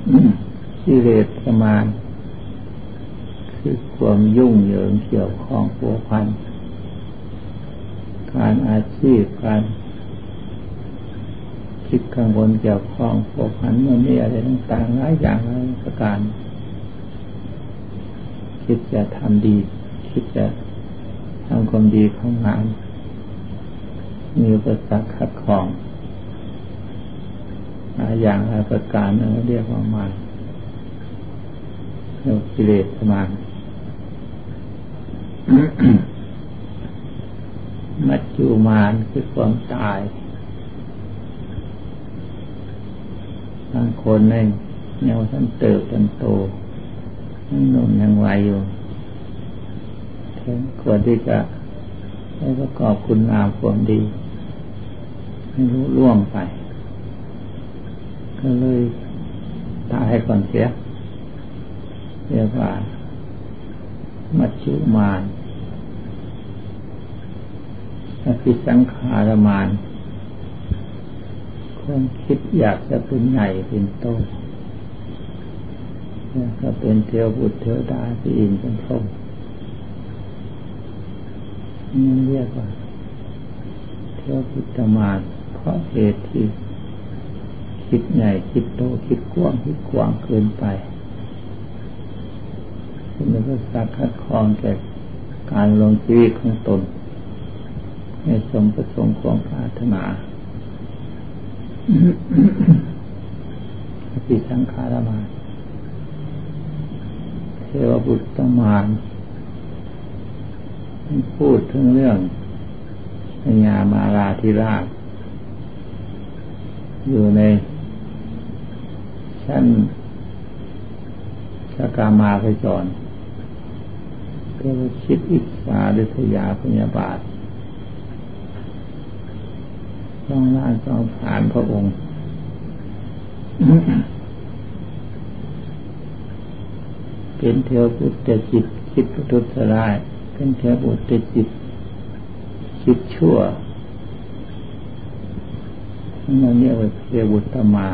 กิเลสประมาณคือความยุ่งเหยิงเกี่ยวข้องผัวพันการอาชีพการคิดกังวลเกี่ยวข้องผัวพันมันมีอะไรต่างๆหลายอย่างหลายประการคิดจะทำดีคิดจะทำความดีเข้างานมีอุปสรรคขัดข้องหลายอย่างหลายประการเรียกว่ามารเรียกกิเลสมารมัจจุมารคือความตายบางคนเนี่ยท่านเติบท่านโตยังหนุ่มยังวัยอยู่ควรที่จะได้ประกอบคุณงามความดีให้รู้ล่วงไปก็เลยตายก่อนเสียเรียกว่ามัจจุมารอภิสังขารมารความคิดอยากจะเป็นใหญ่เป็นโตก็เป็นเทวบุตรเทวดาที่อินเป็นพรหมนี่เรียกว่าเทวบุตรมารเพราะเหตุที่คิดใหญ่คิดโตคิดกว้างคิดกว้างเกินไปเป็นอุปสรรคขัดข้องแก่การลงชีวิตของตนให้สมประสงค์ความปรารถนาอภิสังขารมารเทวบุตรมารพูดถึงเรื่องพญามาราธิราชอยู่ในชั้นสกามาพจรก็คิดอิจฉาริษยาพยาบาทต้องล่าต้องผ่านพระองค์เป็นเทวบุตรแต่จิตคิดประทุษร้ายเป็นเทวบุตรแต่จิตคิดชั่วนั่นเรียกว่าเทวบุตรมาร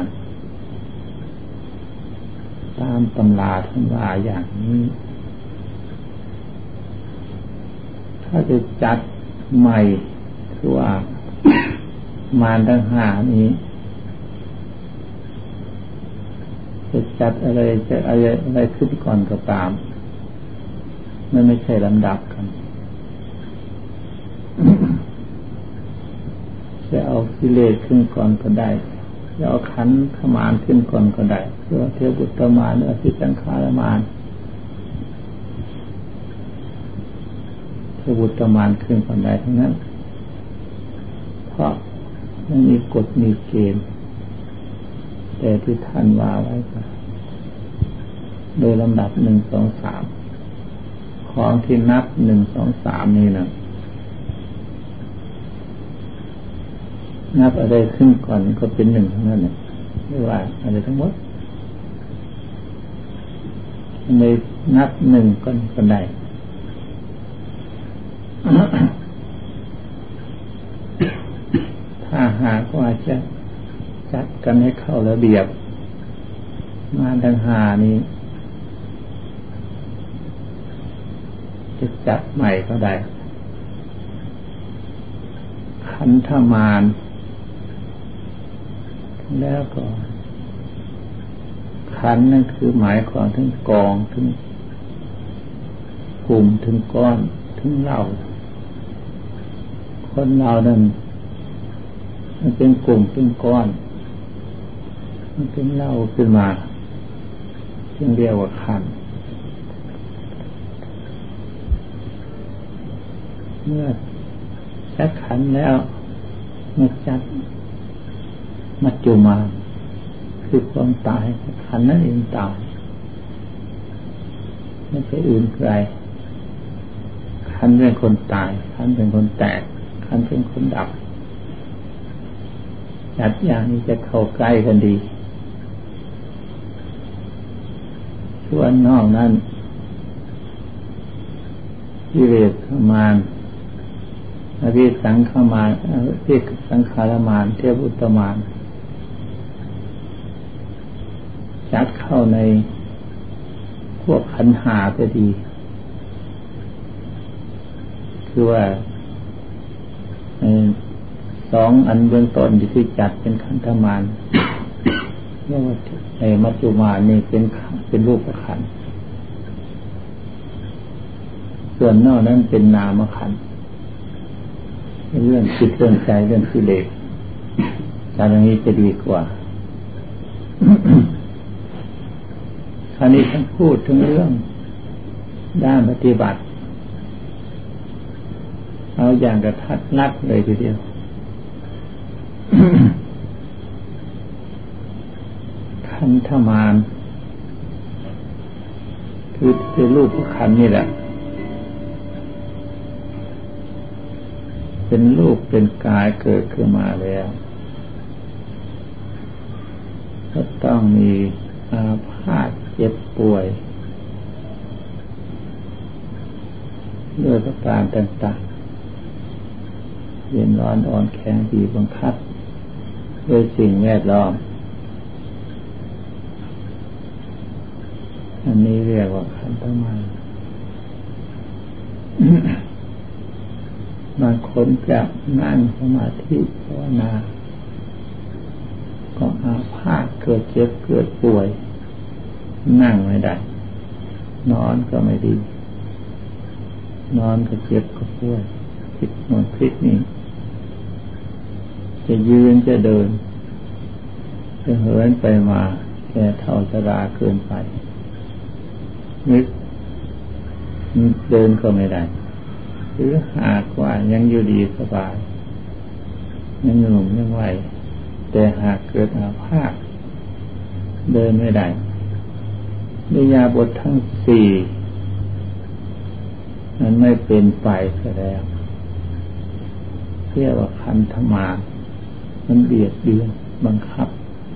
ตามตำราท่านว่าอย่างนี้ถ้าจะจัดใหม่คือว่ามารทั้งห้านี้จะจัดอะไรจะอะไรขึ้นก่อนก็ตามมันไม่ใช่ลำดับกันจะเอากิเลสขึ้นก่อนก็ได้จะเอาขันธ์ขมานขึ้นก่อนก็ได้หรือเทวบุตรมารหรืออภิสังขารมารเทวบุตรมารขึ้นก่อนได้ทั้งนั้นเพราะไม่มีกฎมีเกณฑ์แต่ที่ท่านว่าไว้ก็โดยลำดับ1 2 3ของที่นับ1 2 3นี่นะนับอะไรขึ้นก่อนก็เป็น1ทั้งนั้นไม่ว่าอะไรทั้งหมดเลยนับ1ก่อนก็ได้ ถ้าหากว่าจะจัดกันให้เข้าระเบียบมาทั้งหานี้จะจัดใหม่ก็ได้ขันธมารแล้วก็ขันนั่นคือหมายความถึงกองถึงกลุ่มถึงก้อนถึงเหล่าคนเรานั้นมันเป็นกลุ่มเป็นก้อนมันเป็นเหล่าขึ้นมาจึงเรียกว่าขันธ์เมื่อจัดขันธ์แล้วเมื่อจัดมัจจุมารคือความตายขันธ์นั้นเองตายไม่ใช่อื่นไกลขันธ์เป็นคนตายขันธ์เป็นคนแตกขันธ์เป็นคนดับจัดอย่างนี้จะเข้าใกล้กันดีส่วนนอกนั้นกิเลสมารอภิสังขารมารอภิสังขารมารเทวบุตรมารจัดเข้าในพวกขันธ์ห้าก็ดี คือว่าสองอันเบื้องต้นที่จัดเป็นขันธมารเรียกว่ามัจจุมานี่เป็นรูปขันธ์ส่วนนอกนั้นเป็นนามขันธ์เป็นเรื่องจิตเรื่องใจเรื่องกิเลสการอย่างนี้จะดีกว่า คราวนี้ท่านพูดถึงเรื่องด้านปฏิบัติเอาอย่างกระทัดรัดเลยทีเดียว ขันธมารคือเป็นรูปขันธ์นี่แหละเป็นรูปเป็นกายเกิดขึ้นมาแล้วก็ต้องมีอาพาธเจ็บป่วยด้วยประการต่างๆเย็นร้อนอ่อนแข็งบีบบังคับด้วยสิ่งแวดล้อมอันนี้เรียกว่าขันธมารบางคนจะนั่งสมาธิภาวนาก็อาพาธเกิดเจ็บเกิดป่วยนั่งไม่ได้นอนก็ไม่ดีนอนก็เจ็บก็ป่วยคิดโน่นคิดนี่จะยืนจะเดินจะเหินไปมาแก่เท่าชราเกินไปนึกเดินก็ไม่ได้หรือหากว่ายังอยู่ดีสบายยังหนุ่มยังไหวแต่หากเกิดอาพาธเดินไม่ได้อิริยาบถทั้งสี่นั้นไม่เป็นไปซะแล้วเรียกว่าขันธมารมันเบียดเบียนบังคับ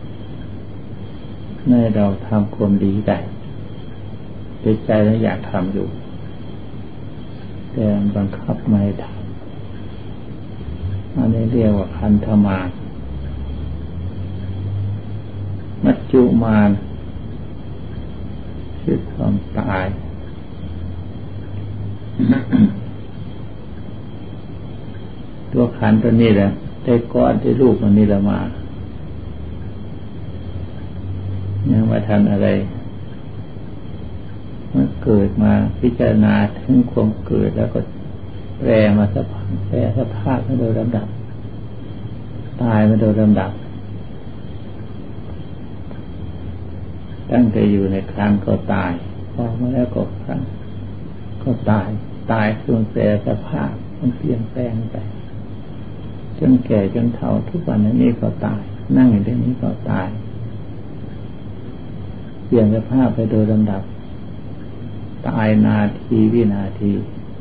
ให้เราทำความดีได้ใจแล้วอยากทำอยู่แต่บังคับไม่ให้ทำอันนี้เรียกว่าขันธมารมัจจุมารคือความตาย ตัวขันตัวนี้แหละได้ก้อนได้รูปมันนี่ละมายังไม่ทันอะไรมันเกิดมาพิจารณาถึงความเกิดแล้วก็แปรมาสภาพมาโดยลำดับตายมาโดยลำดับตั้งแต่อยู่ในครั้งก็ตายพอมาแล้วก็ครั้งก็ตายส่วนแปรสภาพมันเปลี่ยนแปลงไปจนแก่จนเฒ่าทุกวันนี้ก็ตายนั่งอยู่ตรงนี้ก็ตายเปลี่ยนสภาพไปโดยลำดับตายนาทีวินาที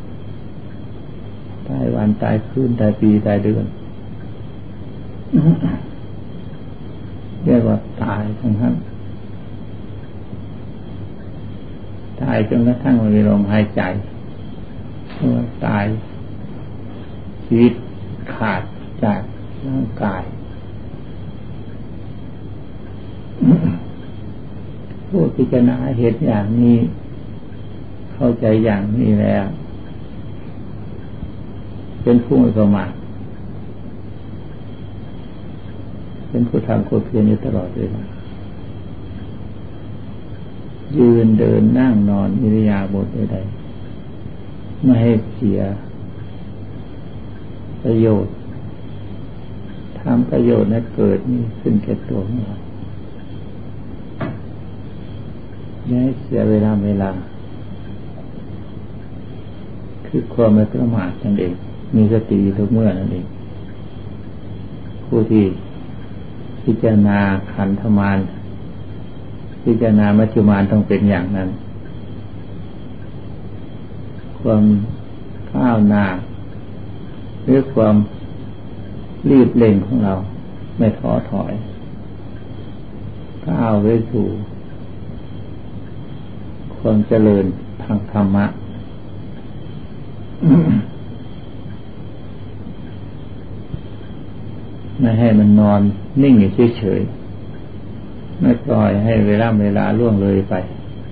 ตายวันตายคืนตายปีตายเดือน เรียกว่าตายทั้งนั้นตายจนกระทั่งไม่มีลมหายใจเรียกว่าตายชีวิตขาดจากร่างกายผู้พิจารณาเหตุอย่างนี้เข้าใจอย่างนี้แล้วเป็นผู้ไม่ประมาทเป็นผู้ทำความเพียรอยู่ตลอดเวลายืนเดินนั่งนอนอิริยาบถใดๆไม่ให้เสียประโยชน์ทำประโยชน์นั้นเกิดนี่ขึ้นแก่ตัวของเราอย่าให้เสียเวลาคือความไม่ประมาทนั่นเองมีสติทุกเมื่อนั่นเองผู้ที่พิจารณาขันธมารพิจารณามัจจุมารต้องเป็นอย่างนั้นความก้าวหน้าหรือความรีบเร่งของเราไม่ท้อถอยก้าวไปสู่ความเจริญทางธรรมะ ไม่ให้มันนอนนิ่งอยู่เฉยไม่ปล่อยให้เวลาล่วงเลยไป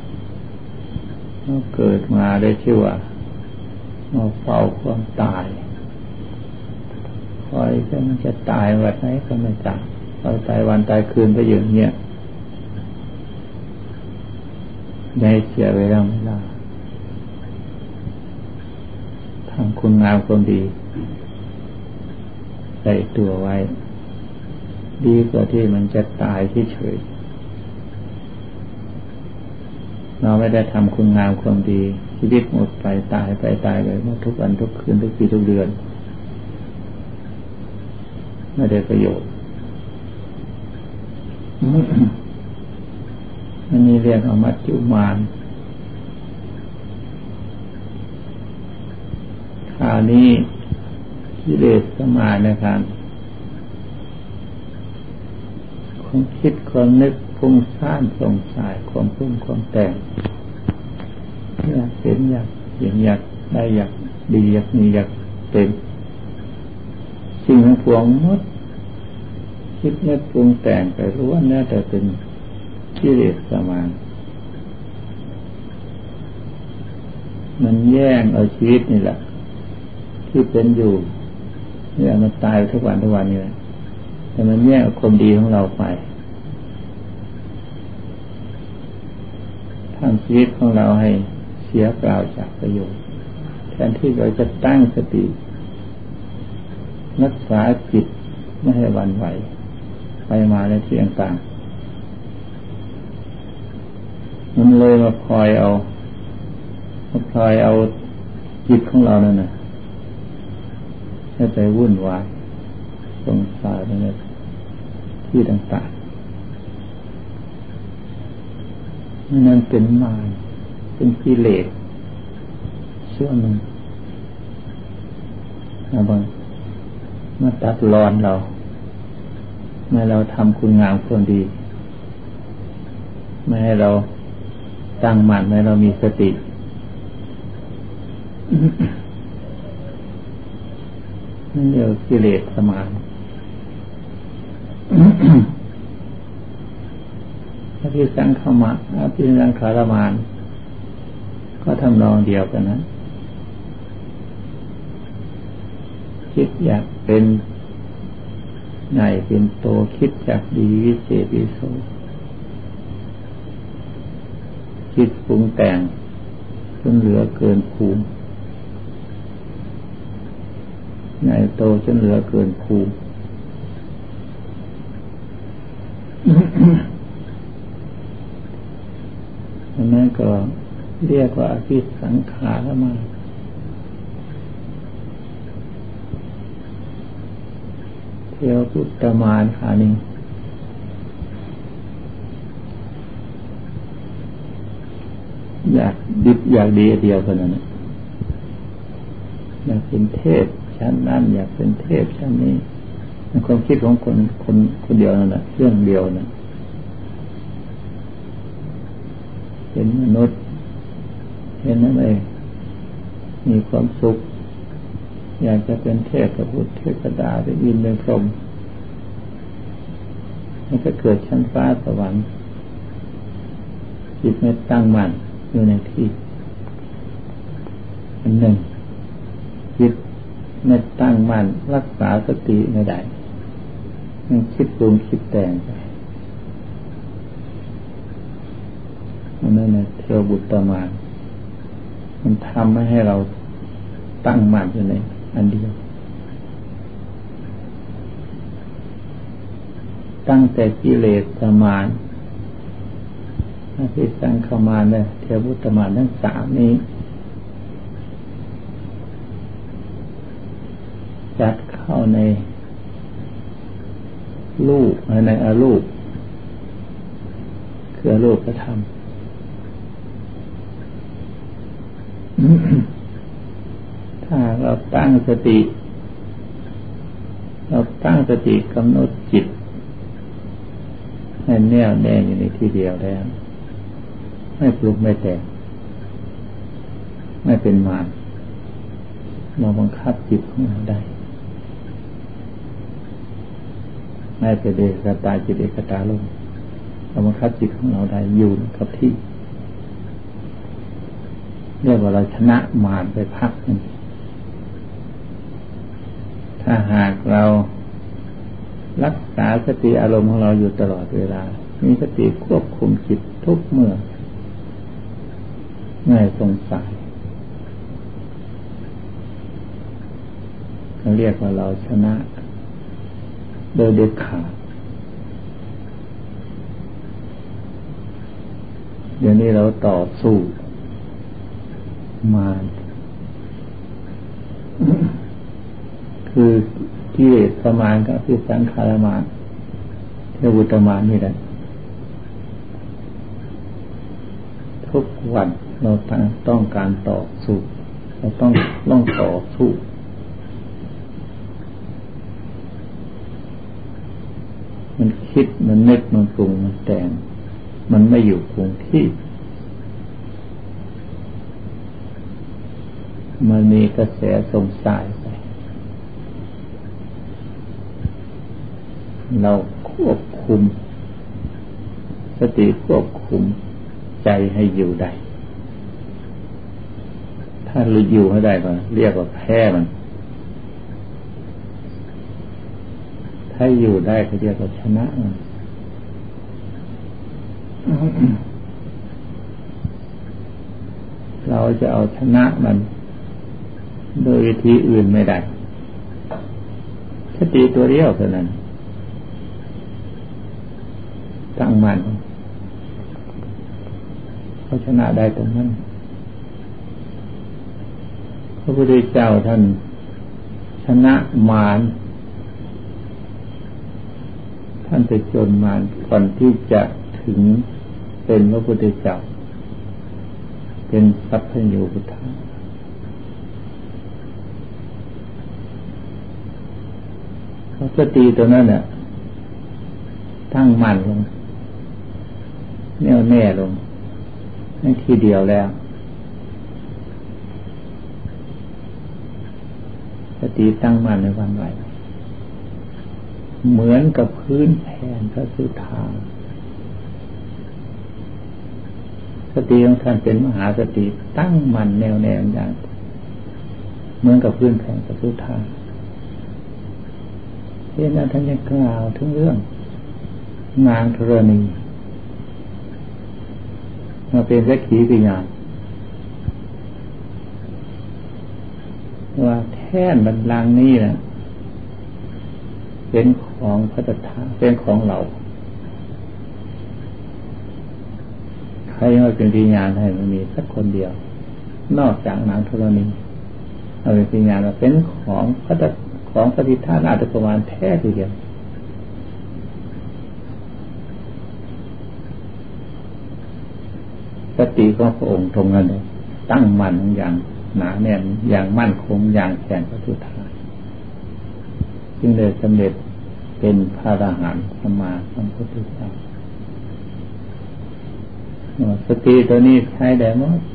เกิดมาได้ชื่อว่ามาเฝ้าความตายคอยจะมันจะตายวันไหนก็ไม่ตายเราตายวันตายคืนไปอย่างเงี้ยได้เสียเวลาทำคุณงามความดีใส่ตัวไว้ดีกว่าที่มันจะตายเฉยๆเราไม่ได้ทำคุณงามความดีชีวิตหมดไปตายเลยหมดทุกวันทุกคืนทุกปีทุกเดือนไม่ได้ประโยชน์อันนี้เรียกว่ามัจจุมานคราวนี้กิเลสสมานนะครับความคิดความนึกฟุ้งซ่านสงสัยความปรุงความแต่งอยากเป็นอยากเห็นอยากได้อยากดีอยากมีอยากเป็นสิ่งทั้งปวงหมดคิดนึกปรุงแต่งไปล้วนแล้วแต่เป็นกิเลสสมานมันแย่งเอาชีวิตนี่แหละที่เป็นอยู่เนี่ยมันตายทุกวันนี่แหละแต่มันแย่งเอาความดีของเราไปทำชีวิตของเราให้เสียเปล่าจากประโยชน์แทนที่เราจะตั้งสติรักษาจิตไม่ให้หวั่นไหวไปมาในที่ต่างๆมันเลยมาพลอยเอาจิตของเรานั่นน่ะให้ไปวุ่นวายสงสัยในที่ต่างๆนั่นเป็นมารเป็นกิเลสส่วนหนึ่งนะบางมาตัดรอนเราเมื่อเราทำคุณงามความดีไม่ให้เราตั้งมั่นไม่ให้เรามีสตินั่นเรียกกิเลสสมานอภิสังขมะอภิสังขารมานก็ทำนองเดียวกันนะคิดอยากเป็นใหญ่เป็นโตคิดอยากดีวิเศษวิโสคิดปรุงแต่งจนเหลือเกินภูมิใหญ่โตจนเหลือเกินภูมิอันนั้นก็เรียกว่าอภิสังขารมานเทวพุทธมารขานี้อยากดิบอยากดีเดียวกันนั่นอยากเป็นเทพชั้นนั้นอยากเป็นเทพชั้นนี้ความคิดของคนเดียวนั่นแหละเรื่องเดียวนะเป็นมนุษย์เห็นนั่นเองมีความสุขอยากจะเป็นเทพกับพุทธเทพดาเป็นอินทร์เป็นพรหมมันก็เกิดชั้นฟ้าสวรรค์จิตไม่ตั้งมั่นอยู่ในที่อันหนึ่งจิตไม่ตั้งมั่นรักษาสติไม่ได้มันคิดปรุงคิดแต่งไปนั่นแหละเทวบุตรมารมันทำให้เราตั้งมั่นอยู่ในอันเดียวตั้งแต่กิเลสมารอภิสังขมารและเทวบุตรมารทั้งสามนี้จัดเข้าในรูปในอรูปคืออรูปธรรมถ้าเราตั้งสติกำหนดจิตให้แน่วแน่อยู่ในที่เดียวแล้วไม่ปลุกไม่แต่งไม่เป็นมารเราบังคับจิตของเราได้ไม่เป็นเดชะตาจิตเอกตาลงเราบังคับจิตของเราได้อยู่กับที่เรียกว่าเราชนะมารไปพักนึงถ้าหากเรารักษาสติอารมณ์ของเราอยู่ตลอดเวลามีสติควบคุมจิตทุกเมื่อไม่สงสัยเขาเรียกว่าเราชนะโดยเด็ดขาดเดี๋ยวนี้เราต่อสู้มารคือกิเลสประมาณก็คือสังขารมารเทวุตมารนี่แหละทุกวันเราต้องการต่อสู้เราต้องต่อสู้มันคิดมันนึกมันปรุงมันแต่งมันไม่อยู่คงที่มันมีกระแสส่งสายไปเราควบคุมสติควบคุมใจให้อยู่ได้ถ้าเราอยู่ให้ได้ก็เรียกว่าแพ้มันถ้าอยู่ได้ก็เรียกว่าชนะมันเราจะเอาชนะมันโดยวิธีอื่นไม่ได้สติตัวเดียวเท่านั้นตั้งมั่นเขาชนะได้ตรงนั้นพระพุทธเจ้าท่านชนะมารท่านไปจนมารก่อนที่จะถึงเป็นพระพุทธเจ้าเป็นสัพพัญญูพุทธะสติตัวนั้นเนี่ยตั้งมั่นลงแน่วแน่ลงให้ทีเดียวแล้วสติตั้งมั่นในวันไหวเหมือนกับพื้นแผ่นพระสุธาสติของท่านเป็นมหาสติตั้งมั่นแน่วแน่อย่างเหมือนกับพื้นแผ่นพระสุธาเช่นนั้นท่านยังกล่าวถึงเรื่องนางธรณีมาเป็นสักขีพยานว่าแท่นบัลลังก์นี้นะเป็นของพระตถาเป็นของเราใครมาเป็นพยานให้มันมีสักคนเดียวนอกจากนางธรณีเอาเป็นพยานว่าเป็นของพระทิฏฐานาถประมาณแท้ทีเดียวสติของพระองค์ตรงนั้นเลยตั้งมั่นอย่างหนาแน่นอย่างมั่นคงอย่างแข็งพระสุธาจึงได้สำเร็จเป็นพระอรหันต์สัมมาสัมพุทธเจ้าสติตัวนี้ใช้ได้หมด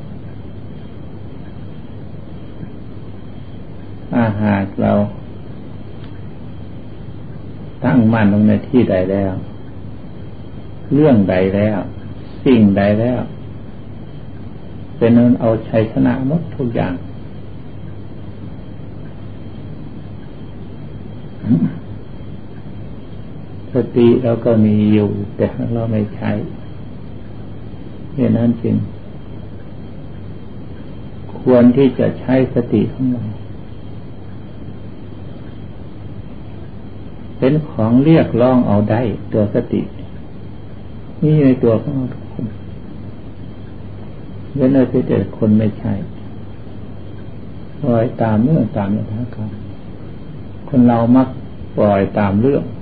ถ้าหากเราตั้งมั่นลงในที่ใดแล้วเรื่องใดแล้วสิ่งใดแล้วเป็นนั้นเอาชัยชนะหมดทุกอย่างสติเราก็มีอยู่แต่เราไม่ใช้เพราะนั้นจึงควรที่จะใช้สติของเราเป็นของเรียกร้องเอาได้ตัวสตินี่ในตัวของเราทุกคนเว้นแต่แต่คนไม่ใช่ปล่อยตามเรื่องตามยถากรรมคนเรามักปล่อยตามเรื่อง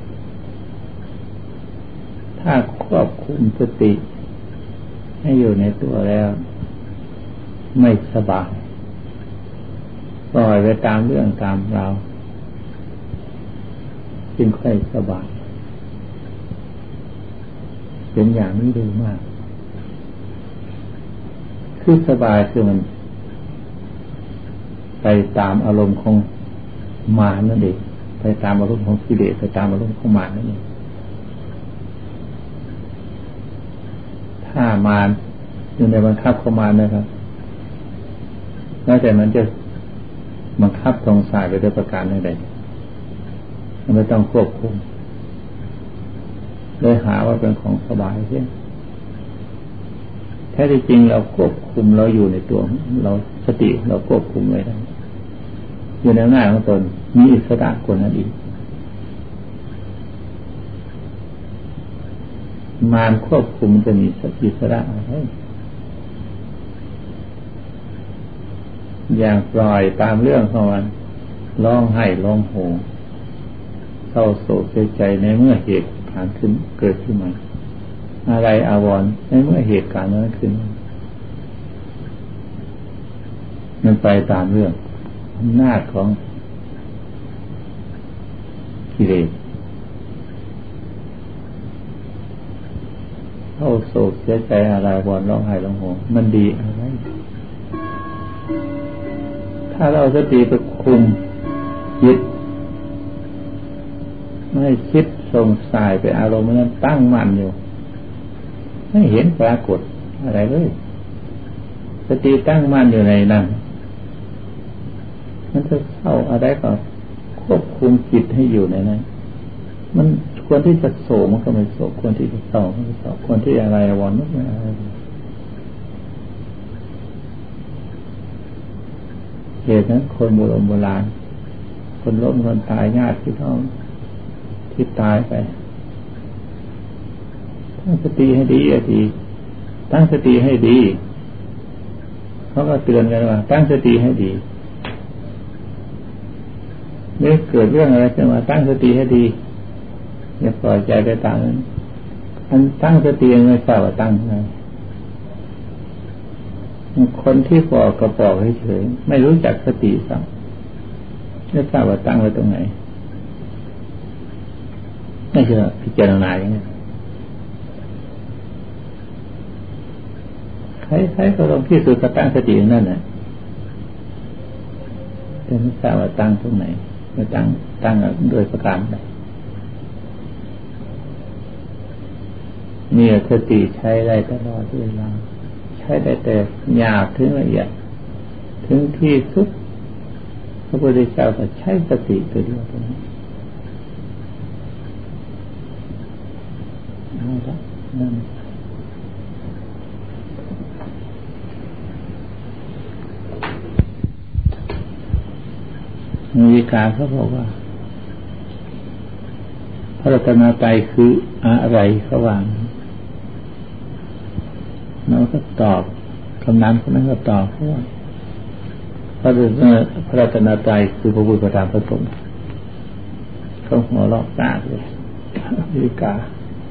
ถ้าควบคุมสติให้อยู่ในตัวแล้วไม่สบายปล่อยไปตามเรื่องตามราวจึงค่อยสบายเป็นอย่างนี้ดูมากคือสบายคือมันไปตามอารมณ์ของมารนั่นเองไปตามอารมณ์ของกิเลสไปตามอารมณ์ของมารนั่นเองมารอยู่ในบังคับของมารนะครับแล้วแต่มันจะบังคับตรงสายไปด้วยประการใดๆมันไม่ต้องควบคุมเลยหาว่าเป็นของสบายใช่แท้ที่จริงเราควบคุมเราอยู่ในตัวเราสติเราควบคุมไว้ได้อยู่ในหน้าของตนมีอิสระกว่านั้นอีกมารควบคุมจะมีอิสระอะไรอย่างปล่อยตามเรื่องของมันร้องไห้ร้องโห่เศร้าโศกเสียใจในเมื่อเหตุการณ์ขึ้นเกิดขึ้นมาอะไรอาวรณ์ในเมื่อเหตุการณ์นั้นขึ้นมันไปตามเรื่องอำนาจของกิเลสเศร้าโศกเสียใจอะไรอาวรณ์ร้องไห้ร้องโห่มันดีอะไรถ้าเราสติไปคุมจิตไม่ให้คิดส่งสายไปอารมณ์นั้นตั้งมั่นอยู่ไม่เห็นปรากฏอะไรเลยสติตั้งมั่นอยู่ในนั้นมันจะเข้าอะไรก็ควบคุมจิตให้อยู่ในนั้นมันควรที่จะโศกมันก็ไม่โศกควรที่จะเศร้ามันก็เศร้าควรที่อะไรอาวรณ์มันก็ไม่อะไรเหตุนั้นคนโบราณคนล้มคนตายญาติพี่น้องที่ตายไปตั้งสติให้ดีตั้งสติให้ดีเขาก็เตือนกันว่าตั้งสติให้ดีเมื่อเกิดเรื่องอะไรขึ้นมาตั้งสติให้ดีอย่าปล่อยใจไปตามนั้นอันตั้งสติไม่ทราบว่าตั้งไงคนที่ปอกกระปอกเฉยๆไม่รู้จักสติสักไม่ทราบว่าตั้งไว้ตรงไหนไม่ใช่พิจารณาอย่างนี้ใครก็ลองพิสูจน์กับตั้งสตินั่นแหละแต่ไม่ทราบว่าตั้งตรงไหนไม่ตั้งโดยประการใดเนี่ยสติใช้ได้ตลอดเวลาใช้ได้แต่หยาบถึงละเอียดถึงที่สุดพระพุทธเจ้าก็ใช้สติตัวเดียวตรงนี้เอาละนั่นมีการเขาบอกว่าพระรัตนตรัยคืออะไรเขาว่าเราก็ตอบคำนั้นคนนั้นก็ตอบเพราะว่าพระรัตนตรัยคือพระพุทธพระธรรมพระสงฆ์เขาหัวเราะตาเลยมีกา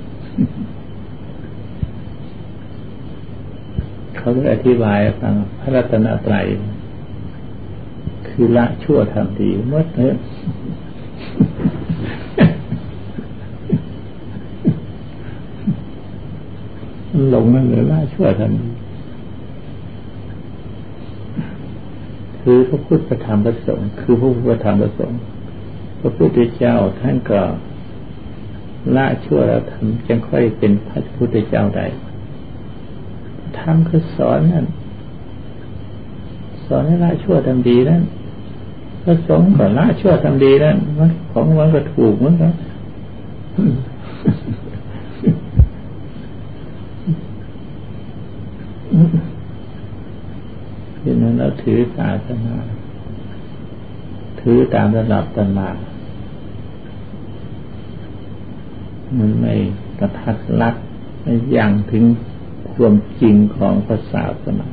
เขาได้อธิบายฟังพระรัตนตรัยคือละชั่วทำดีหมดเลยหลงนั่นเลยละชั่วทำดีคือพระพุทธพระธรรมพระสงฆ์คือพระพุทธพระธรรมพระสงฆ์พระพุทธเจ้าท่านก็ละชั่วแล้วทำจึงค่อยเป็นพระพุทธเจ้าได้ธรรมคือสอนนั่นสอนให้ละชั่วทำดีนั่นพระสงฆ์ก็ละชั่วทำดีนั่นมันของมันก็ถูกเหมือนกันดังนั้นเราถือศาสนาถือตามระดับตำนานมันไม่กระทัดรัดไม่ยังถึงความจริงของศาสนา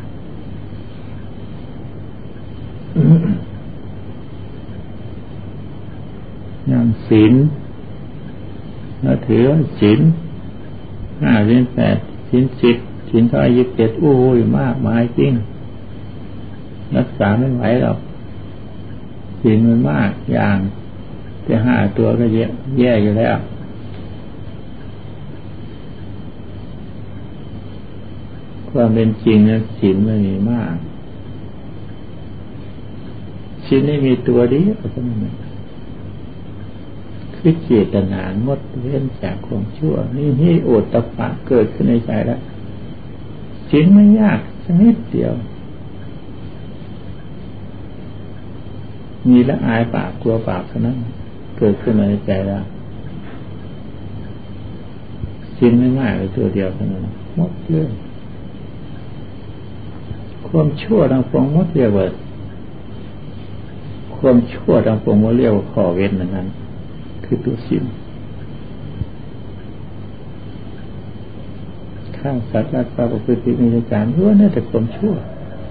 อย่างศีลเราถือศีล5 ศีล 8 ศีล 10 ศีล27โอ้ยมากมายจริงรักษาไม่ไหวหรอกศีลมันมากอย่างแต่5 ตัวก็แย่อยู่แล้วความเป็นจริงนะศีลไม่มีมากศีลไม่มีตัวเดียวเท่านั้นคือเจตนางดเว้นจากความชั่วนี่โอตตัปปะเกิดขึ้นในใจแล้วศีลไม่ยากสักนิดเดียวมีละอายปากกลัวปากเท่านั้นเกิดขึ้นในใจแล้วศีลไม่ง่ายเลยตัวเดียวเท่านั้นหมดเรื่องความชั่วทางปวงหมดเรียกว่าความชั่วทางปวงหมดเรียกว่าข้อเว้นนั้นคือตัวศีลฆ่าสัตว์รักทรัพย์ประพฤติผิดในจารล้วนแต่ความชั่ว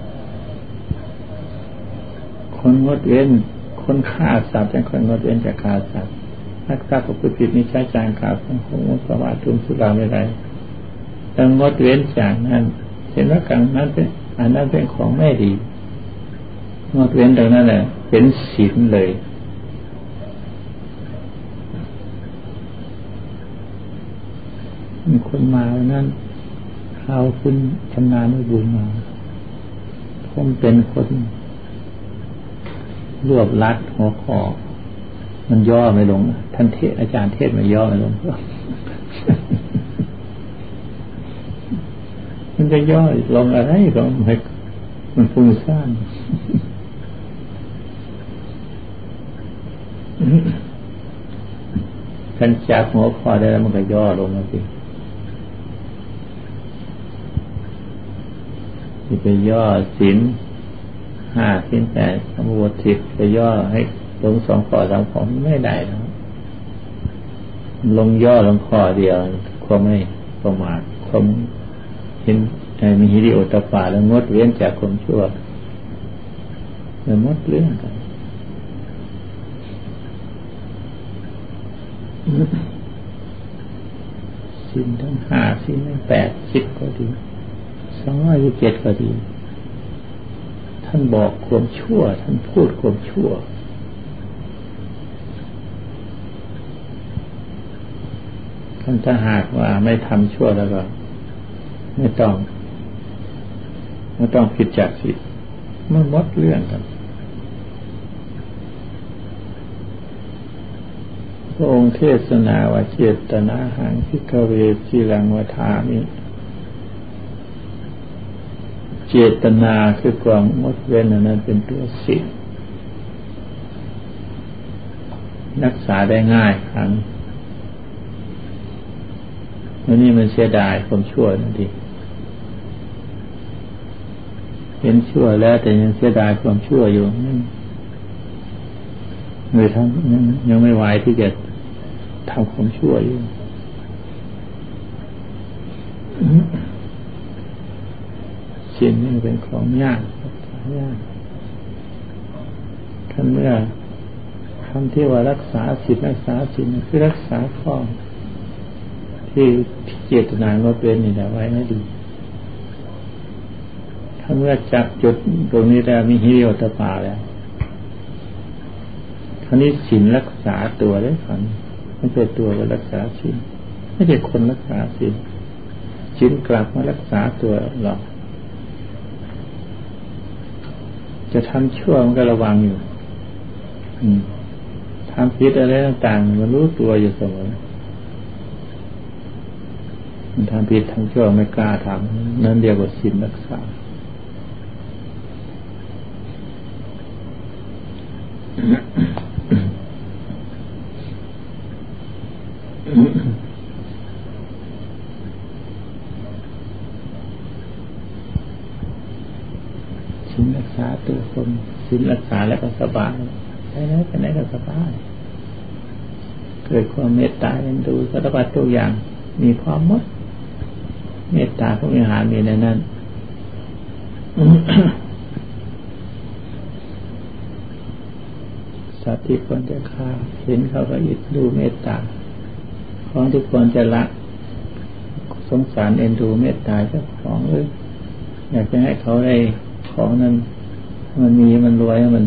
คนงดเว้นคนฆ่าสัตว์เป็นคนงดเว้นจากฆ่าสัตว์รักทรัพย์ประพฤติผิดในใช้จารข่าวของมุสาวาททุนสุราไม่ได้แต่งดเว้นจากนั้นเห็นว่าการนั้นเป็นอันนั้นเป็นของไม่ดีงดเว้นตรงนั้นแหละเป็นศีลเลยมีคนมาวันนั้นเขาคุณชำนาญไม่บุญมาผมเป็นคนรวบลัดหัวคอมันย่อไม่ลงท่านเทศอาจารย์เทศไม่ย่อไม่ลงมันจะย่อลงอะไรก็ไม่มันฟุ้งซ่านท่านจับหัวคอได้แล้วมันก็ย่อลงแล้วสิที่ไปย่อศีล5ศีล8สมบูรณ์10ไปย่อให้ลง2ข้อ3ข้อไม่ได้แล้วลงย่อลงข้อเดียวความไม่ประมาทความเห็นมีหิริโอตตัปปะแล้วงดเว้นจากความชั่วแล้วหมดเรื่องกันศีลทั้ง5ศีลทั้ง8 10ก็ดี227ก็ดีท่านบอกความชั่วท่านพูดความชั่วท่านถ้าหากว่าไม่ทำชั่วแล้วก็ไม่ต้องผิดจากศีลมันหมดเรื่องกันพระองค์เทศนาว่าเจตนาหังภิกขเวสีลังวทามิเจตนาคือความงดเว้นนั้นเป็นตัวศีลรักษาได้ง่ายครั้งวันนี้มันเสียดายความชั่วนั่นทีเห็นชั่วแล้วแต่ยังเสียดายความชั่วอยู่เลยทั้งยังไม่ไหวที่จะทำความชั่วอยู่ศีลนี่เป็นของยากท่านเมื่อคำที่ว่ารักษาศีลรักษาศีลคือรักษาข้อที่เจตนางดเว้นนี่แหละไว้ให้ดีถ้าเมื่อจับจุดตรงนี้แล้วมีหิริโอตตัปปะแล้วคราวนี้ศีลรักษาตัวได้ฝันไม่ใช่ตัวก็รักษาศีลไม่ใช่คนรักษาศีลศีลกลับมารักษาตัวเราจะทำชั่วมันก็ระวังอยู่ทำผิดอะไรต่างๆมันรู้ตัวอยู่เสมอมันทำผิดทำชั่วไม่กล้าทำนั่นเรียกว่าศีลรักษาศีลรักษาตัวคนศีลรักษาแล้วก็สบายไปไหนก็สบายเกิดความเมตตาเอ็นดูสารพัดทุกอย่างมีความหมดเมตตาพระวิหารมีในนั้น สัตว์ที่ควรจะฆ่าเห็นเขาก็อิจดูเมตตาของที่ควรจะละสงสารเอ็นดูเมตตาเจ้าของอยากจะให้เขาได้ของนั้นมันมีมันรวยมัน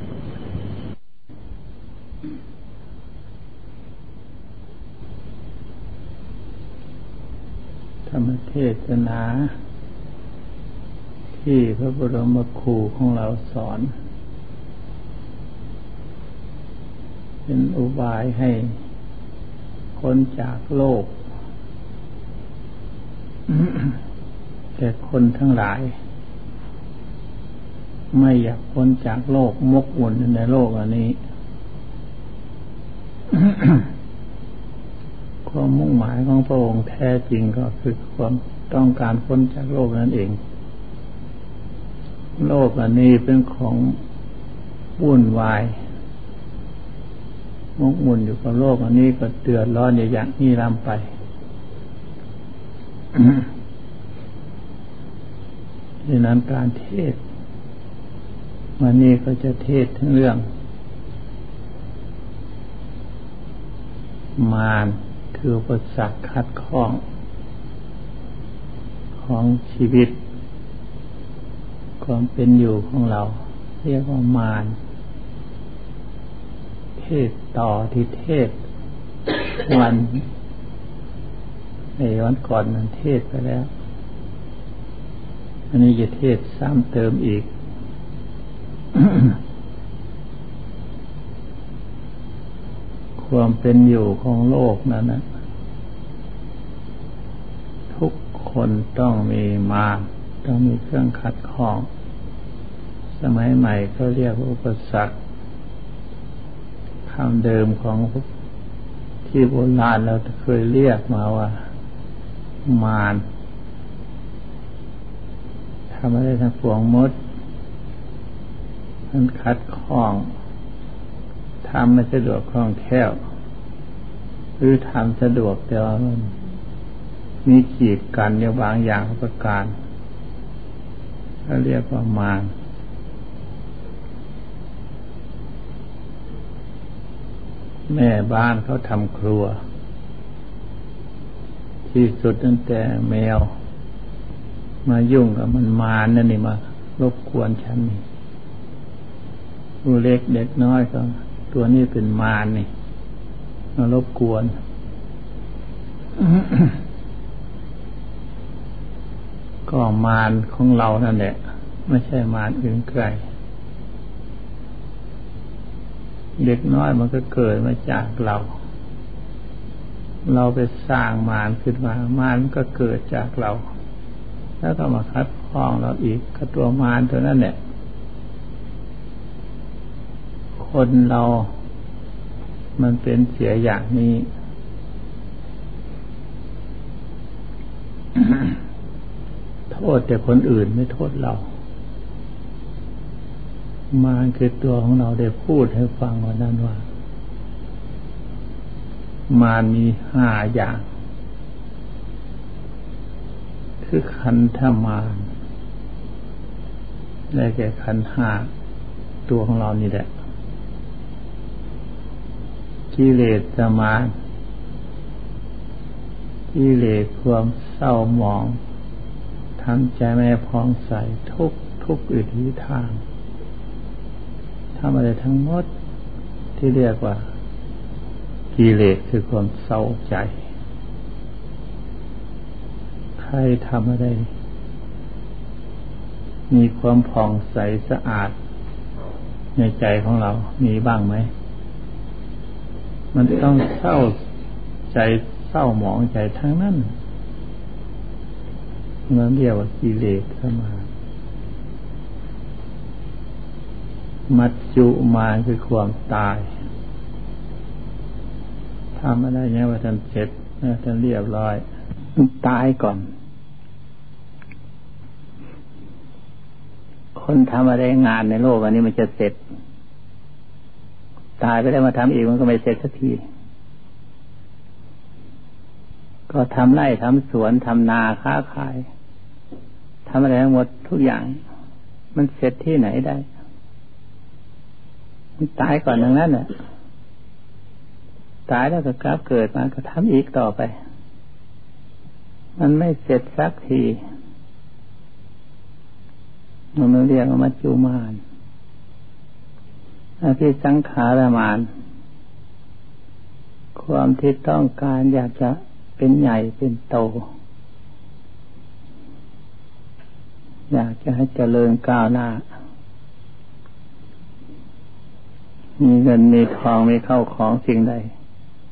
ธรรมเทศนาที่พระบรมครูของเราสอนเป็นอุบายให้พ้นจากโลกแต่คนทั้งหลายไม่อยากพ้นจากโลกมกมุ่นในโลกอันนี้ ความมุ่งหมายของพระองค์แท้จริงก็คือความต้องการพ้นจากโลกนั่นเองโลกอันนี้เป็นของวุ่นวายมกมุ่นอยู่กับโลกอันนี้ก็เดือดร้อนอย่างนี้ลำไป ดังนั้นการเทศน์วันนี้ก็จะเทศน์ทั้งเรื่องมารคืออุปสรรคขัดข้องของชีวิตความเป็นอยู่ของเราเรียกว่ามารเทศต่อที่เทศวันก่อนนั้นเทศไปแล้วอันนี้จะเทศซ้ำเติมอีก ความเป็นอยู่ของโลกนั้นนะทุกคนต้องมีมาต้องมีเครื่องขัดข้องสมัยใหม่เขาเรียกว่าอุปสรรคคำเดิมของที่โบราณเราเคยเรียกมาว่ามารทำอะไรทั้งปวงมดมันขัดข้องทำไม่สะดวกคล่องแคล่วหรือทำสะดวกแต่ว่ามันมีขีดกันอยู่บางอย่างประการเขาเรียกว่ามารแม่บ้านเขาทำครัวที่สุดตั้งแต่แมวมายุ่งกับมันมารนั่นนี่มารบกวนฉันนี่ตัวเล็กเด็กน้อยก็ตัวนี้เป็นมารนี่มารบกวน ก็มารของเรานั่นแหละไม่ใช่มารอื่นไกลเด็กน้อยมันก็เกิดมาจากเราไปสร้างมารขึ้นมามารมันก็เกิดจากเราแล้วก็มาคัดข้องเราอีกก็ตัวมารตัวนั้นแหละคนเรามันเป็นเสียอย่างนี้ โทษแต่คนอื่นไม่โทษเรามารคือตัวของเราได้พูดให้ฟังวันนั้นว่ามารมี5 อย่างคือขันธมารได้แก่ขันธ์ 5ตัวของเรานี่แหละกิเลสมารกิเลสความเศร้าหมองทำใจไม่ผ่องใสทุกอิทธิทางทำอะไรทั้งหมดที่เรียกว่ากิเลสคือความเศร้าใจใครทำอะไรมีความผ่องใสสะอาดในใจของเรามีบ้างไหมมันต้องเศร้าใจเศร้าหมองใจทั้งนั้นนั่นเรียกว่ากิเลสเข้ามามัจจุมาคือความตายทำอะไรเงี้ยว่าท่านเสร็จท่านเรียบร้อยตายก่อนคนทำอะไรงานในโลกอันนี้มันจะเสร็จตายไปแล้วมาทำอีกมันก็ไม่เสร็จสักทีก็ทำไร่ทำสวนทำนาค้าขายทำอะไรทั้งหมดทุกอย่างมันเสร็จที่ไหนได้มันตายก่อนดังนั้นน่ะตายแล้วก็กลับเกิดมาก็ทำอีกต่อไปมันไม่เสร็จสักทีมันเรียกว่ามัจจุมารอภิสังขารมารความที่ต้องการอยากจะเป็นใหญ่เป็นโตอยากจะให้เจริญก้าวหน้ามีเงินมีทองมีเข้าของสิ่งใด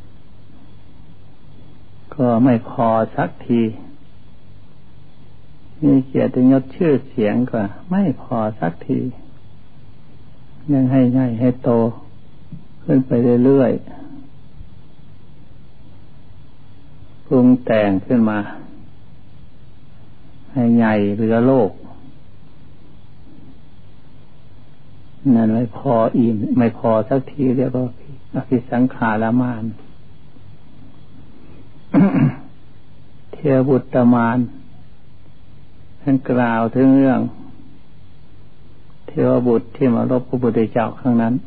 ก็ไม่พอสักทีมีเกียรติยศชื่อเสียงก็ไม่พอสักทียังให้ใหญ่ให้โตขึ้นไปเรื่อยๆปรุงแต่งขึ้นมาให้ใหญ่เหลือโลกนั่นไม่พออิ่มไม่พอสักทีเรียกว่าอภิสังขารมาน เทวบุตรมานท่านกล่าวถึงเรื่องเทวบุตรที่มารบพระพุทธเจ้าครั้งนั้น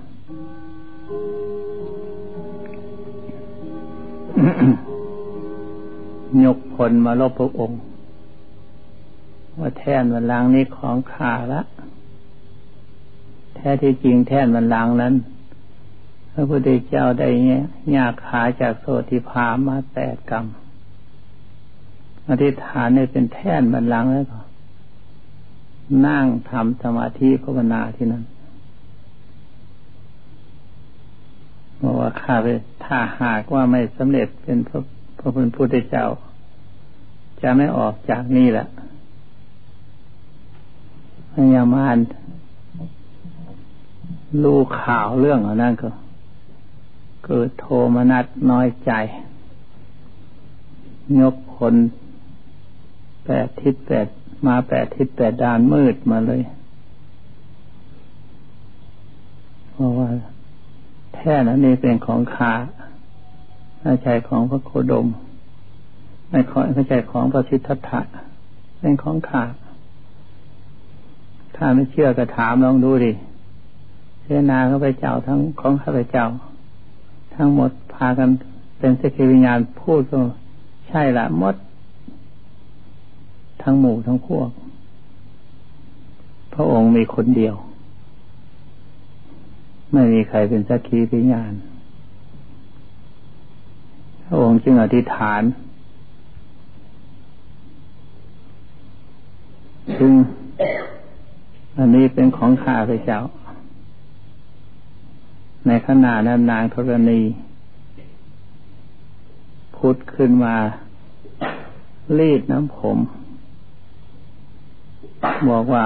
ยกพลมารบพระองค์ว่าแท่นบัลลังก์นี้ของข้าละแท้ที่จริงแท่นบัลลังก์นั้นพระพุทธเจ้าได้หญ้าขาจากโสติภามา8 กรัมอธิษฐานให้เป็นแท่นบัลลังก์แล้วก็นั่งทำสมาธิภาวนาที่นั่นบอกว่าข้าไปถ้าหากว่าไม่สำเร็จเป็นพระพุทธเจ้าจะไม่ออกจากนี่แหละพญามารรู้ข่าวเรื่องนั้นก็เกิดโทมนัสน้อยใจยกพล8 ทิศ 8 ทิศ 8 ด้านมืดมาเลยเพราะว่าแท้นั้นนี่เป็นของข้าไม่ใช่ของพระโคดมไม่ใช่ของพระสิทธัตถะเป็นของข้าถ้าไม่เชื่อก็ถามลองดูดิเสนาข้าพเจ้าทั้งของข้าพเจ้าทั้งหมดพากันเป็นสักขีวิญญาณพูดก็ใช่ละหมดทั้งหมู่ทั้งพวกพระองค์มีคนเดียวไม่มีใครเป็นสักขีวิญญาณพระองค์จึงอธิษฐานจึงอันนี้เป็นของข้าพเจ้าในขณะนั้นนางธรณีพุทธขึ้นมารีดน้ำผมบอกว่า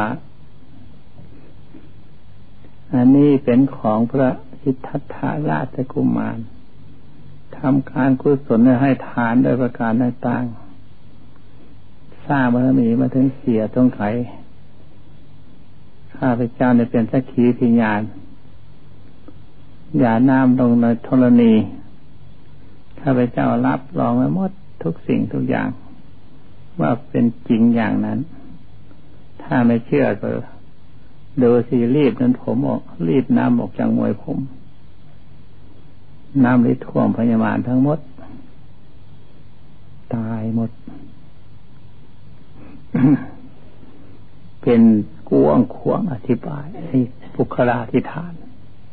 อันนี้เป็นของพระสิทธัตถราชกุมารทำการกุศลให้ทานโดยประการต่างๆสร้างบารมีมาถึงเสียต้องไขข้าพเจ้าเนี่ยเป็นสักขีพยานอย่าน้ำลงในธรณีข้าพเจ้ารับรองไว้หมดทุกสิ่งทุกอย่างว่าเป็นจริงอย่างนั้นถ้าไม่เชื่อก็ดูสิรีบนั้นผมออกรีบน้ำออกจากมวยผมน้ำไหลท่วมพญามารทั้งหมดตายหมด เป็นกว้างขวางอธิบายให้ปุคลาธิฐาน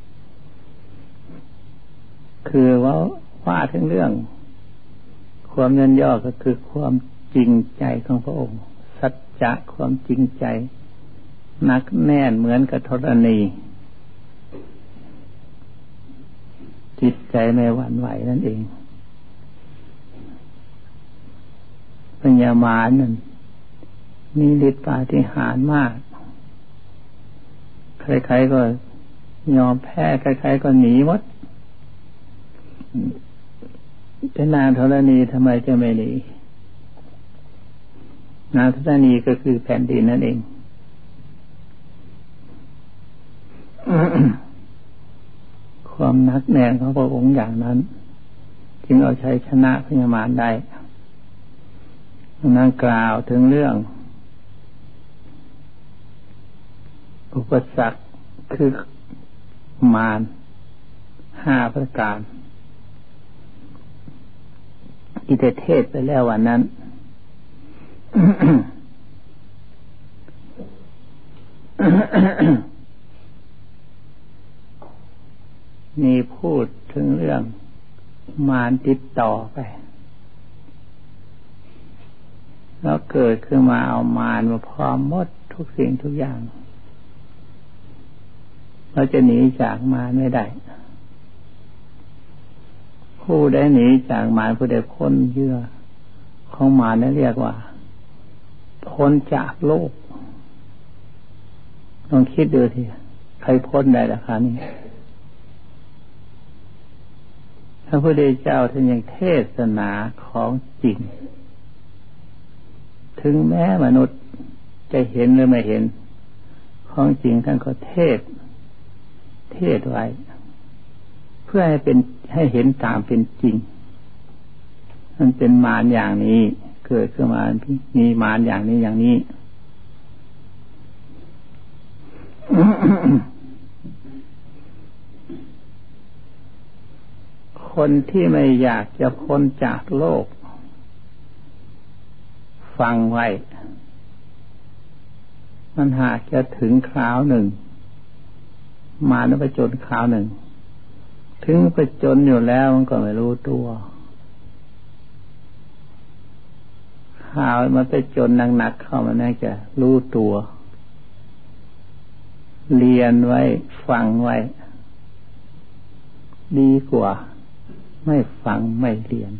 คือว่าถึงเรื่องความย่นย่อก็คือความจริงใจของพระองค์สัจจะความจริงใจหนักแน่นเหมือนกับธรณีจิตใจไม่หวั่นไหวนั่นเองพญามารนั่นมีฤทธิ์ปาฏิหาริย์มากใครๆก็ยอมแพ้ใครๆก็หนีหมดแต่นางธรณีทำไมจะไม่หนีนางธรณีก็คือแผ่นดินนั่นเอง ความหนักแน่นของพระองค์อย่างนั้นจึงเอาชัยชนะพญามารได้นางกล่าวถึงเรื่องอุปสรรคคือมาร5 ประการที่ได้เทศไปแล้ววันนั้น มีพูดถึงเรื่องมารติดต่อไปแล้วเกิดขึ้นมาเอามารมาพร้อมหมดทุกสิ่งทุกอย่างเราจะหนีจากมารไม่ได้ผู้ได้หนีจากมารผู้ได้พ้นเยื่อของมารนั่นเรียกว่าพ้นจากโลกลองคิดดูทีใครพ้นได้ล่ะคะนี่พระพุทธเจ้าท่านยังเทศนาของจริงถึงแม้มนุษย์จะเห็นหรือไม่เห็นของจริงท่านก็เทศไว้เพื่อให้เห็นตามเป็นจริงมันเป็นมารอย่างนี้เกิดขึ้นมามีมารอย่างนี้อย่างนี้ คนที่ไม่อยากจะพ้นจากโลกฟังไว้มันหากจะถึงคราวหนึ่งมารไปจนคราวหนึ่งถึงไปจนอยู่แล้วมันก็ไม่รู้ตัวข่าวมันไปจนหนักๆเข้ามันน่าจะรู้ตัวเรียนไว้ฟังไว้ดีกว่าไม่ฟังไม่เรียน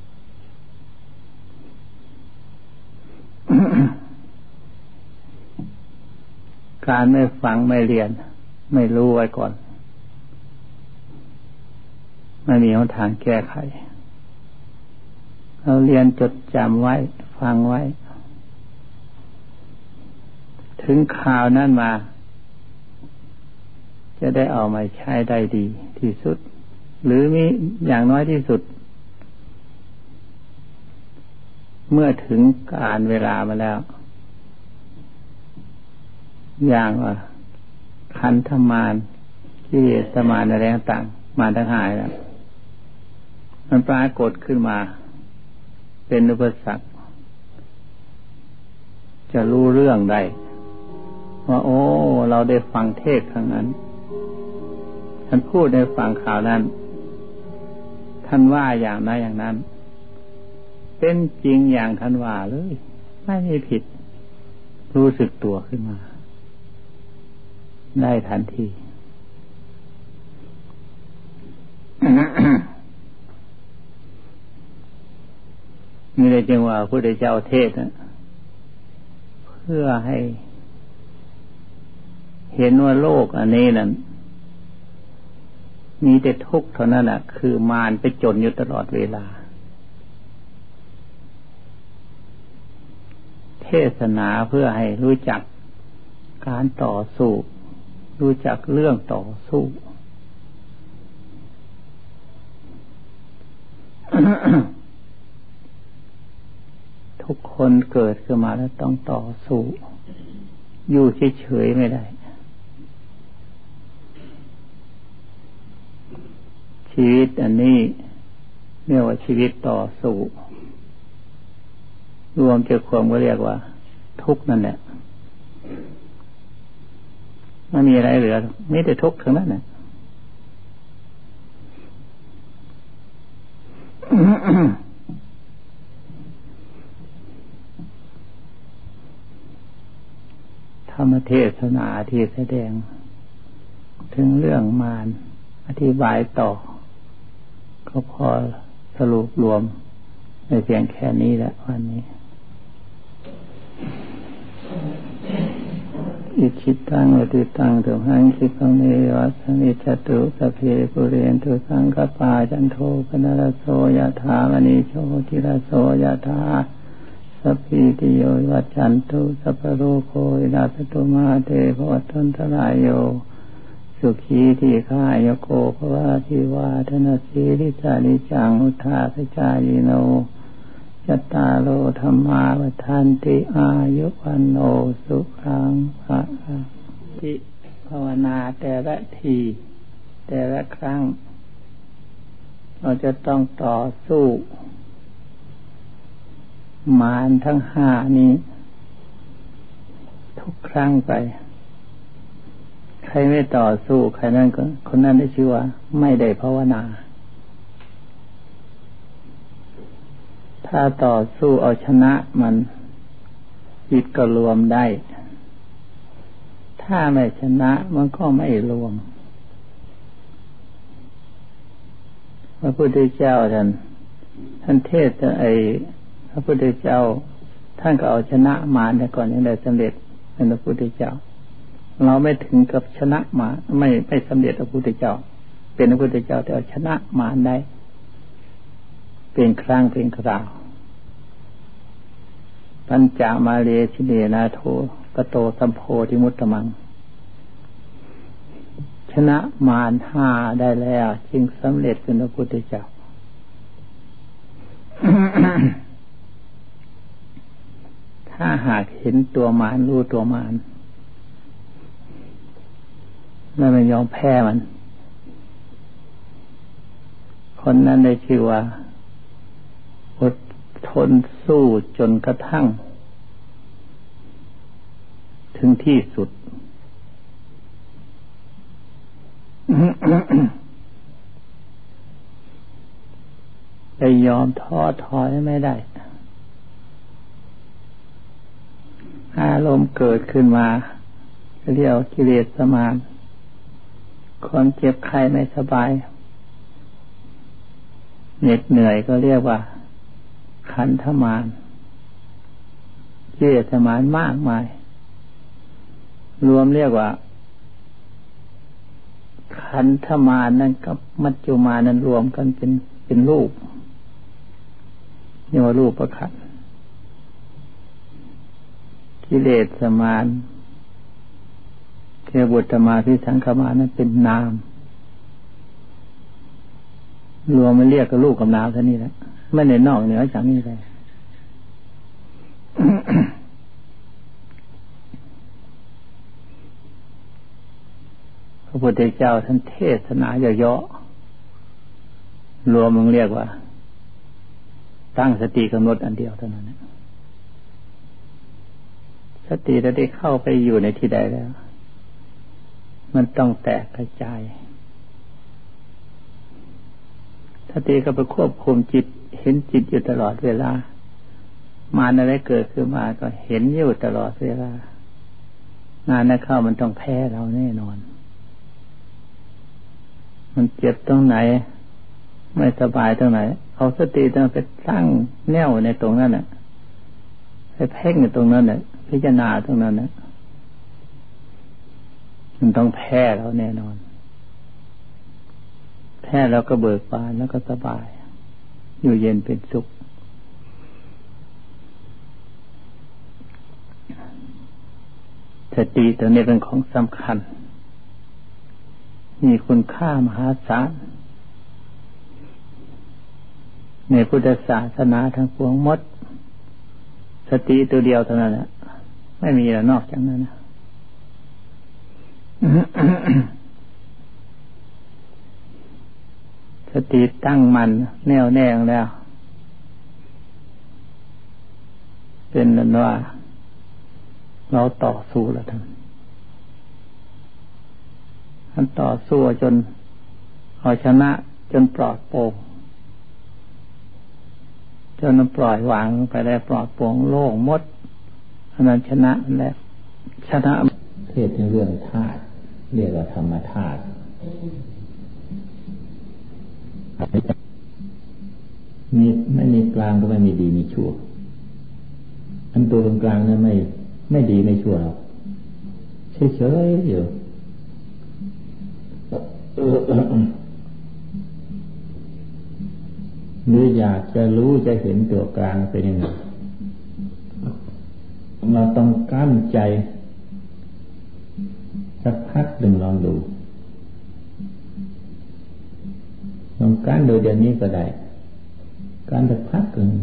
การไม่ฟังไม่เรียนไม่รู้ไว้ก่อนไม่มีหนทางแก้ไขเราเรียนจดจำไว้ฟังไว้ถึงข่าวนั้นมาจะได้เอามาใช้ได้ดีที่สุดหรือมีอย่างน้อยที่สุดเมื่อถึงการเวลามาแล้วอย่างว่าขันธมารกิเลสมารอะไรต่างมาทั้งหายแล้วมันปรากฏขึ้นมาเป็นอุปสรรคจะรู้เรื่องได้ว่าโอ้เราได้ฟังเทศน์ครั้งนั้นท่านพูดได้ฟังข่าวนั้นท่านว่าอย่างนั้นอย่างนั้นเป็นจริงอย่างท่านว่าเลยไม่มีผิดรู้สึกตัวขึ้นมาได้ทันที นี่เลยจึงว่าพระพุทธเจ้าเทศน์เพื่อให้เห็นว่าโลกอันนี้นั้นมีแต่ทุกข์เท่านั้นคือมารไปจนอยู่ตลอดเวลาเทศนาเพื่อให้รู้จักการต่อสู้รู้จักเรื่องต่อสู้ ทุกคนเกิดขึ้นมาแล้วต้องต่อสู้อยู่เฉยๆไม่ได้ชีวิตอันนี้เรียกว่าชีวิตต่อสู้รวมจากความก็เรียกว่าทุกข์นั่นแหละไม่มีอะไรเหลือมีแต่ทุกข์ทั้งนั้นน่ะ ธรรมเทศนาที่แสดงถึงเรื่องมารอธิบายต่อก็พอสรุปรวมในเพียงแค่นี้แหละวันนี้อิจิตังวติตังตุหังคิปะเมวัสมิจจตุสัพเพปุเรนตุสังคปาจันโทปนรสโสยถามณีโชติรสโสยถาสัพพิติโยวัจจันตุสัพพโรโควินาศตุมาเตภวัตตันตรายโยสุขีทีฆายโกภวะทิวาทนาสีริสานิจังอุทาสจายโนจัตตาโลธรรมาวัฏันติอายุวันโนสุขังภะที่ภาวนาแต่ละทีแต่ละครั้งเราจะต้องต่อสู้มารทั้งห้านี้ทุกครั้งไปใครไม่ต่อสู้ใครนั้นก็คนนั้นได้ชื่อว่าไม่ได้ภาวนาถ้าต่อสู้เอาชนะมันจิตก็รวมได้ถ้าไม่ชนะมันก็ไม่รวมพระพุทธเจ้าท่านเทศน์พระพุทธเจ้าท่านก็เอาชนะมารแต่ก่อนยังได้สำเร็จเป็นพระพุทธเจ้าเราไม่ถึงกับชนะมารไม่สำเร็จพระพุทธเจ้าเป็นพระพุทธเจ้าแต่เอาชนะมารได้เป็นครั้งเป็นคราวปัญจมาเรชิเนนาโทกโตสัมโพธิมุตตมังชนะมารห้าได้แล้วจึงสำเร็จเป็นพระพุทธเจ้า ถ้าหากเห็นตัวมารรู้ตัวมารแล้วไม่ยอมแพ้มันคนนั้นได้ชื่อว่าอดทนสู้จนกระทั่งถึงที่สุด ไปยอมท้อถอยไม่ได้อารมณ์เกิดขึ้นมาเรียกกิเลสมารความเจ็บไข้ไม่สบายเหน็ดเหนื่อยก็เรียกว่าขันธมารกิเลสมารมากมายรวมเรียกว่าขันธมารนั่นกับมัจจุมารนั้นรวมกันเป็นรูปเรียกว่ารูปประขันกิเลสมารเทบุตรมาพิสังขมารนั้นเป็นนามรวมมันเรียกกับรูปกับนามเท่านี้แหละไม่ได้นอกเหนือจากนี้เลย พระพุทธเจ้าท่านเทศนาเยอะๆรวมมันเรียกว่าตั้งสติกำหนดอันเดียวเท่านั้นสติได้เข้าไปอยู่ในที่ใดแล้วมันต้องแตกกระจายสติก็ไปควบคุมจิตเห็นจิตอยู่ตลอดเวลามารอะไรเกิดขึ้นมาก็เห็นอยู่ตลอดเวลางานนั้นเข้ามันต้องแพ้เราแน่นอนมันเจ็บตรงไหนไม่สบายตรงไหนเอาสติต้องไปตั้งแนวในตรงนั้นน่ะไปเพ่งในตรงนั้นน่ะพิจารณาตรงนั้นน่ะมันต้องแพ้เราแน่นอนแพ้แล้วก็เบิกบานแล้วก็สบายอยู่เย็นเป็นสุขสติตัวนี้เป็นของสำคัญมีคุณค่ามหาศาลในพุทธศาสนาทั้งปวงหมดสติตัวเดียวเท่านั้นแหละไม่มีอะไรนอกจากนั้นนะสติตั้งมันแน่วแน่แล้วเป็นนั้นว่าเราต่อสู้แล้วท่านต่อสู้จนเอาชนะจนปลอดโปร่งจนปล่อยวางไปได้ปลอดโปร่งโล่งหมดอันนั้นชนะแล้วชนะเทศในเรื่องธาตุเรียกว่าธรรมธาตุไม่มีกลางก็ไม่มีดีมีชั่วอันตัวกลางนั้นไม่ดีไม่ชั่วหรอกเฉยๆอยู่หรืออยากจะรู้จะเห็นตัวกลางเป็นยังไงเราต้องกั้นใจสักพักหนึ่งลองดูลองกั้นโดยเดี๋ยวนี้ก็ได้การสักพักหนึ่ง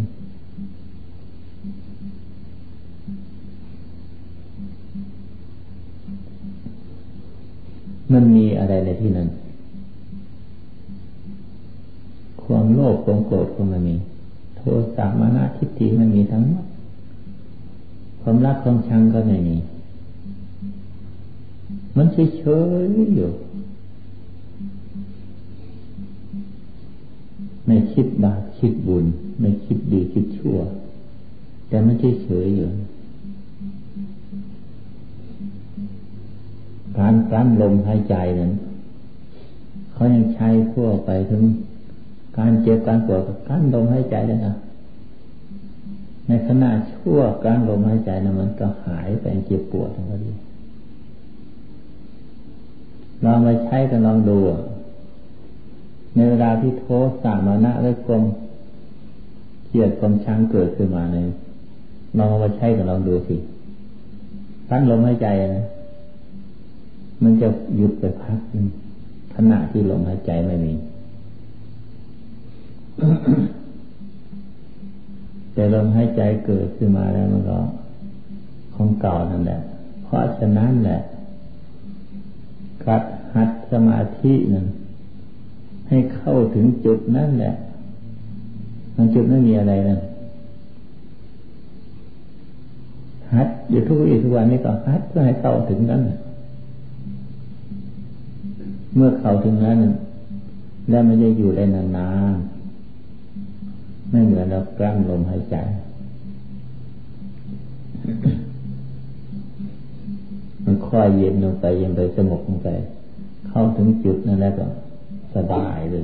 มันมีอะไรในที่นั้นความโลภความโกรธก็ไม่มีโทสะมานะทิฏฐิมันมีทั้งหมดความรักความชังก็ไม่มีมันเฉยๆอยู่ไม่คิดบาปคิดบุญไม่คิดดีคิดชั่วแต่มันเฉยๆอยู่การกั้นลมหายใจนั้นเขายังใช้ทั่วไปถึงการเจ็บการปวดกั้นลมหายใจเลยนะในขณะชั่วการลมหายใจนะมันก็หายไปเจ็บปวดทั้งนั้นลองมาใช้กันลองดูในเวลาที่โทสะมานะและความเกลียดความชังเกิดขึ้นมาเนี่ยลองมาใช้กันลองดูสิตั้งลมหายใจนะมันจะหยุดไปพักนึงขณะที่ลมหายใจไม่มี แต่ลมหายใจเกิดขึ้นมาแล้วมันก็ของเก่านั่นแหละเพราะฉะนั้นแหละการหัดสมาธินั้นให้เข้าถึงจุดนั่นแหละมันจุดไม่มีอะไรนั่นหัดอยู่ทุกวี่ทุกวันนี้ก็หัดเพื่อให้เข้าถึงนั้นเมื่อเข้าถึงนั้นแล้วมันจะอยู่ได้นานๆไม่เหมือนเรากลั้นลมหายใจมันค่อยเย็นลงไปเย็นไปสงบลงไปเข้าถึงจุดนั้นแล้วก็สบายเลย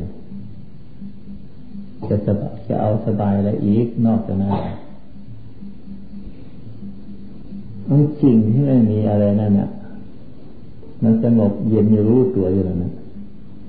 จะเอาสบายอะไรอีกนอกจากนั้นมันจริงที่ไม่มีอะไรนั่นน่ะมันสงบเย็นอยู่รู้ตัวอยู่แล้วนะ